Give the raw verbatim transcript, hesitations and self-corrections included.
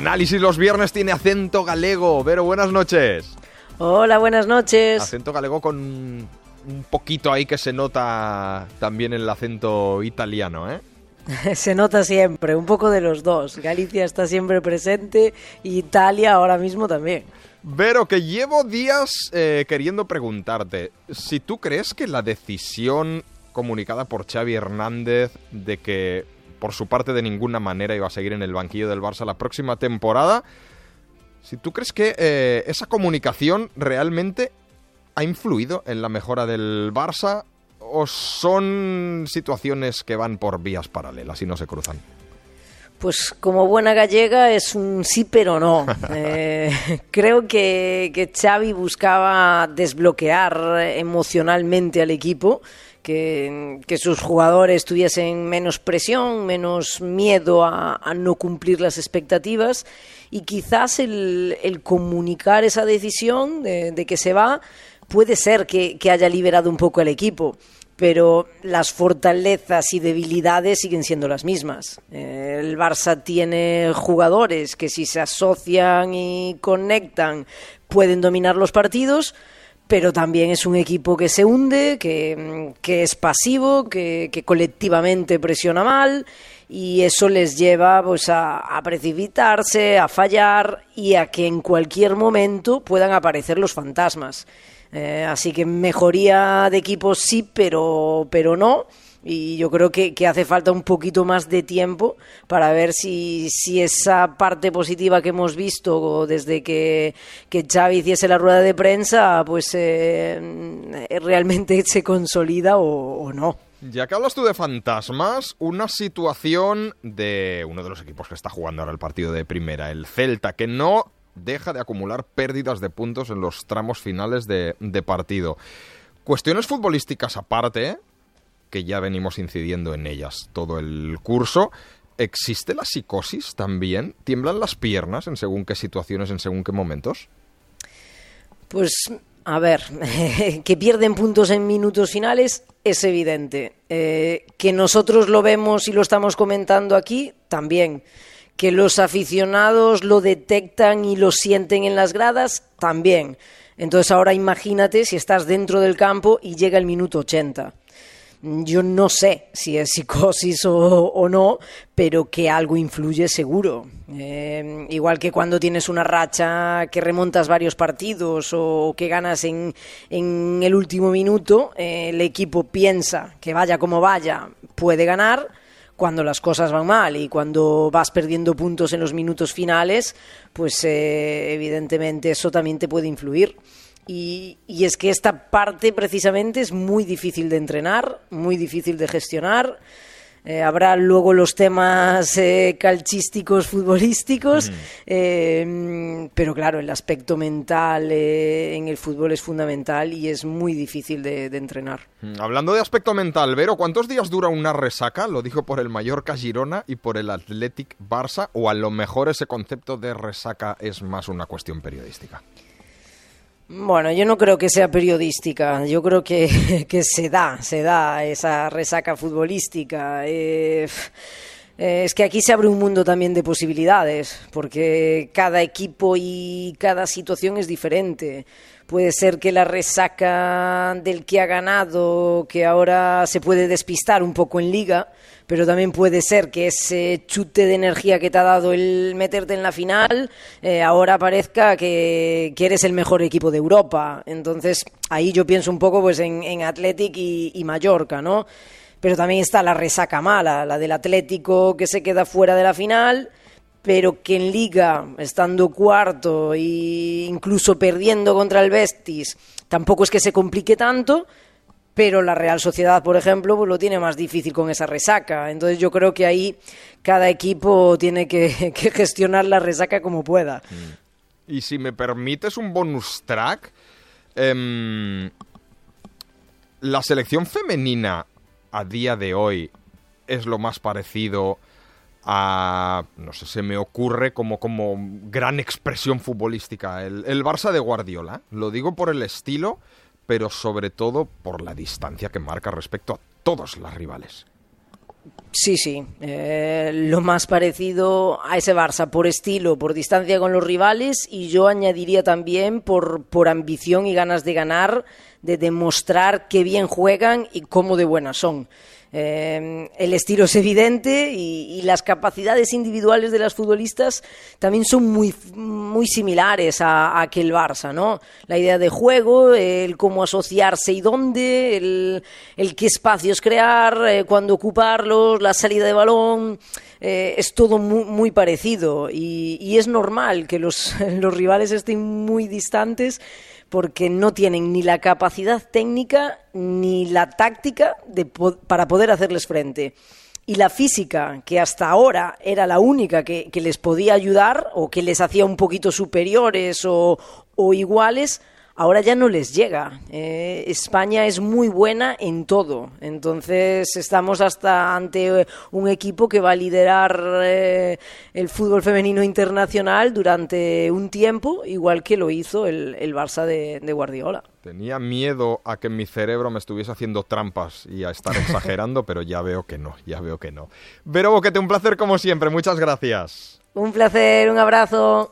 Análisis los viernes tiene acento galego. Vero, buenas noches. Hola, buenas noches. Acento galego con un poquito ahí que se nota también el acento italiano, ¿eh? Se nota siempre, un poco de los dos. Galicia está siempre presente y Italia ahora mismo también. Vero, que llevo días eh, queriendo preguntarte si tú crees que la decisión comunicada por Xavi Hernández de que por su parte de ninguna manera iba a seguir en el banquillo del Barça la próxima temporada, si tú crees que eh, esa comunicación realmente ha influido en la mejora del Barça o son situaciones que van por vías paralelas y no se cruzan. Pues como buena gallega es un sí pero no. Eh, creo que, que Xavi buscaba desbloquear emocionalmente al equipo, que, que sus jugadores tuviesen menos presión, menos miedo a, a no cumplir las expectativas, y quizás el, el comunicar esa decisión de, de que se va puede ser que, que haya liberado un poco al equipo. Pero las fortalezas y debilidades siguen siendo las mismas. Eh, el Barça tiene jugadores que si se asocian y conectan pueden dominar los partidos, pero también es un equipo que se hunde, que, que es pasivo, que, que colectivamente presiona mal, y eso les lleva pues, a, a precipitarse, a fallar y a que en cualquier momento puedan aparecer los fantasmas. Eh, así que mejoría de equipo sí, pero, pero no. Y yo creo que, que hace falta un poquito más de tiempo para ver si, si esa parte positiva que hemos visto desde que, que Xavi hiciese la rueda de prensa, pues eh, realmente se consolida o, o no. Ya que hablas tú de fantasmas, una situación de uno de los equipos que está jugando ahora el partido de primera, el Celta, que no deja de acumular pérdidas de puntos en los tramos finales de, de partido. Cuestiones futbolísticas aparte, que ya venimos incidiendo en ellas todo el curso, ¿existe la psicosis también? ¿Tiemblan las piernas en según qué situaciones, en según qué momentos? Pues, a ver, que pierden puntos en minutos finales es evidente. Eh, que nosotros lo vemos y lo estamos comentando aquí, también. Que los aficionados lo detectan y lo sienten en las gradas, también. Entonces ahora imagínate si estás dentro del campo y llega el minuto ochenta. Yo no sé si es psicosis o, o no, pero que algo influye seguro. Eh, igual que cuando tienes una racha que remontas varios partidos o que ganas en, en el último minuto, eh, el equipo piensa que vaya como vaya, puede ganar. Cuando las cosas van mal y cuando vas perdiendo puntos en los minutos finales, pues eh, evidentemente eso también te puede influir. Y, y es que esta parte precisamente es muy difícil de entrenar, muy difícil de gestionar. Eh, habrá luego los temas eh, calchísticos, futbolísticos, mm. eh, pero claro, el aspecto mental eh, en el fútbol es fundamental y es muy difícil de, de entrenar. Hablando de aspecto mental, Vero, ¿cuántos días dura una resaca? Lo dijo por el Mallorca Girona y por el Athletic Barça, o a lo mejor ese concepto de resaca es más una cuestión periodística. Bueno, yo no creo que sea periodística, yo creo que, que se da, se da esa resaca futbolística. Eh, eh, es que aquí se abre un mundo también de posibilidades, porque cada equipo y cada situación es diferente. Puede ser que la resaca del que ha ganado, que ahora se puede despistar un poco en Liga, pero también puede ser que ese chute de energía que te ha dado el meterte en la final, eh, ahora parezca que, que eres el mejor equipo de Europa. Entonces, ahí yo pienso un poco pues en, en Athletic y, y Mallorca, ¿no? Pero también está la resaca mala, la del Atlético que se queda fuera de la final, pero que en Liga, estando cuarto e incluso perdiendo contra el Betis, tampoco es que se complique tanto. Pero la Real Sociedad, por ejemplo, pues lo tiene más difícil con esa resaca. Entonces yo creo que ahí cada equipo tiene que, que gestionar la resaca como pueda. Y si me permites un bonus track, eh, la selección femenina a día de hoy es lo más parecido a, no sé, se me ocurre como, como gran expresión futbolística, el, el Barça de Guardiola. Lo digo por el estilo, pero sobre todo por la distancia que marca respecto a todos los rivales. Sí, sí, eh, lo más parecido a ese Barça por estilo, por distancia con los rivales, y yo añadiría también por, por ambición y ganas de ganar, de demostrar qué bien juegan y cómo de buenas son. Eh, el estilo es evidente y, y las capacidades individuales de las futbolistas también son muy, muy similares a, a aquel Barça, ¿no? La idea de juego, el cómo asociarse y dónde, el, el qué espacios crear, eh, cuándo ocuparlos, la salida de balón, eh, es todo muy, muy parecido y, y es normal que los, los rivales estén muy distantes porque no tienen ni la capacidad técnica ni la táctica de po- para poder hacerles frente. Y la física, que hasta ahora era la única que, que les podía ayudar o que les hacía un poquito superiores o, o iguales, ahora ya no les llega. Eh, España es muy buena en todo, entonces estamos hasta ante un equipo que va a liderar eh, el fútbol femenino internacional durante un tiempo, igual que lo hizo el, el Barça de, de Guardiola. Tenía miedo a que mi cerebro me estuviese haciendo trampas y a estar exagerando, pero ya veo que no, ya veo que no. Vero Boquete, un placer como siempre, muchas gracias. Un placer, un abrazo.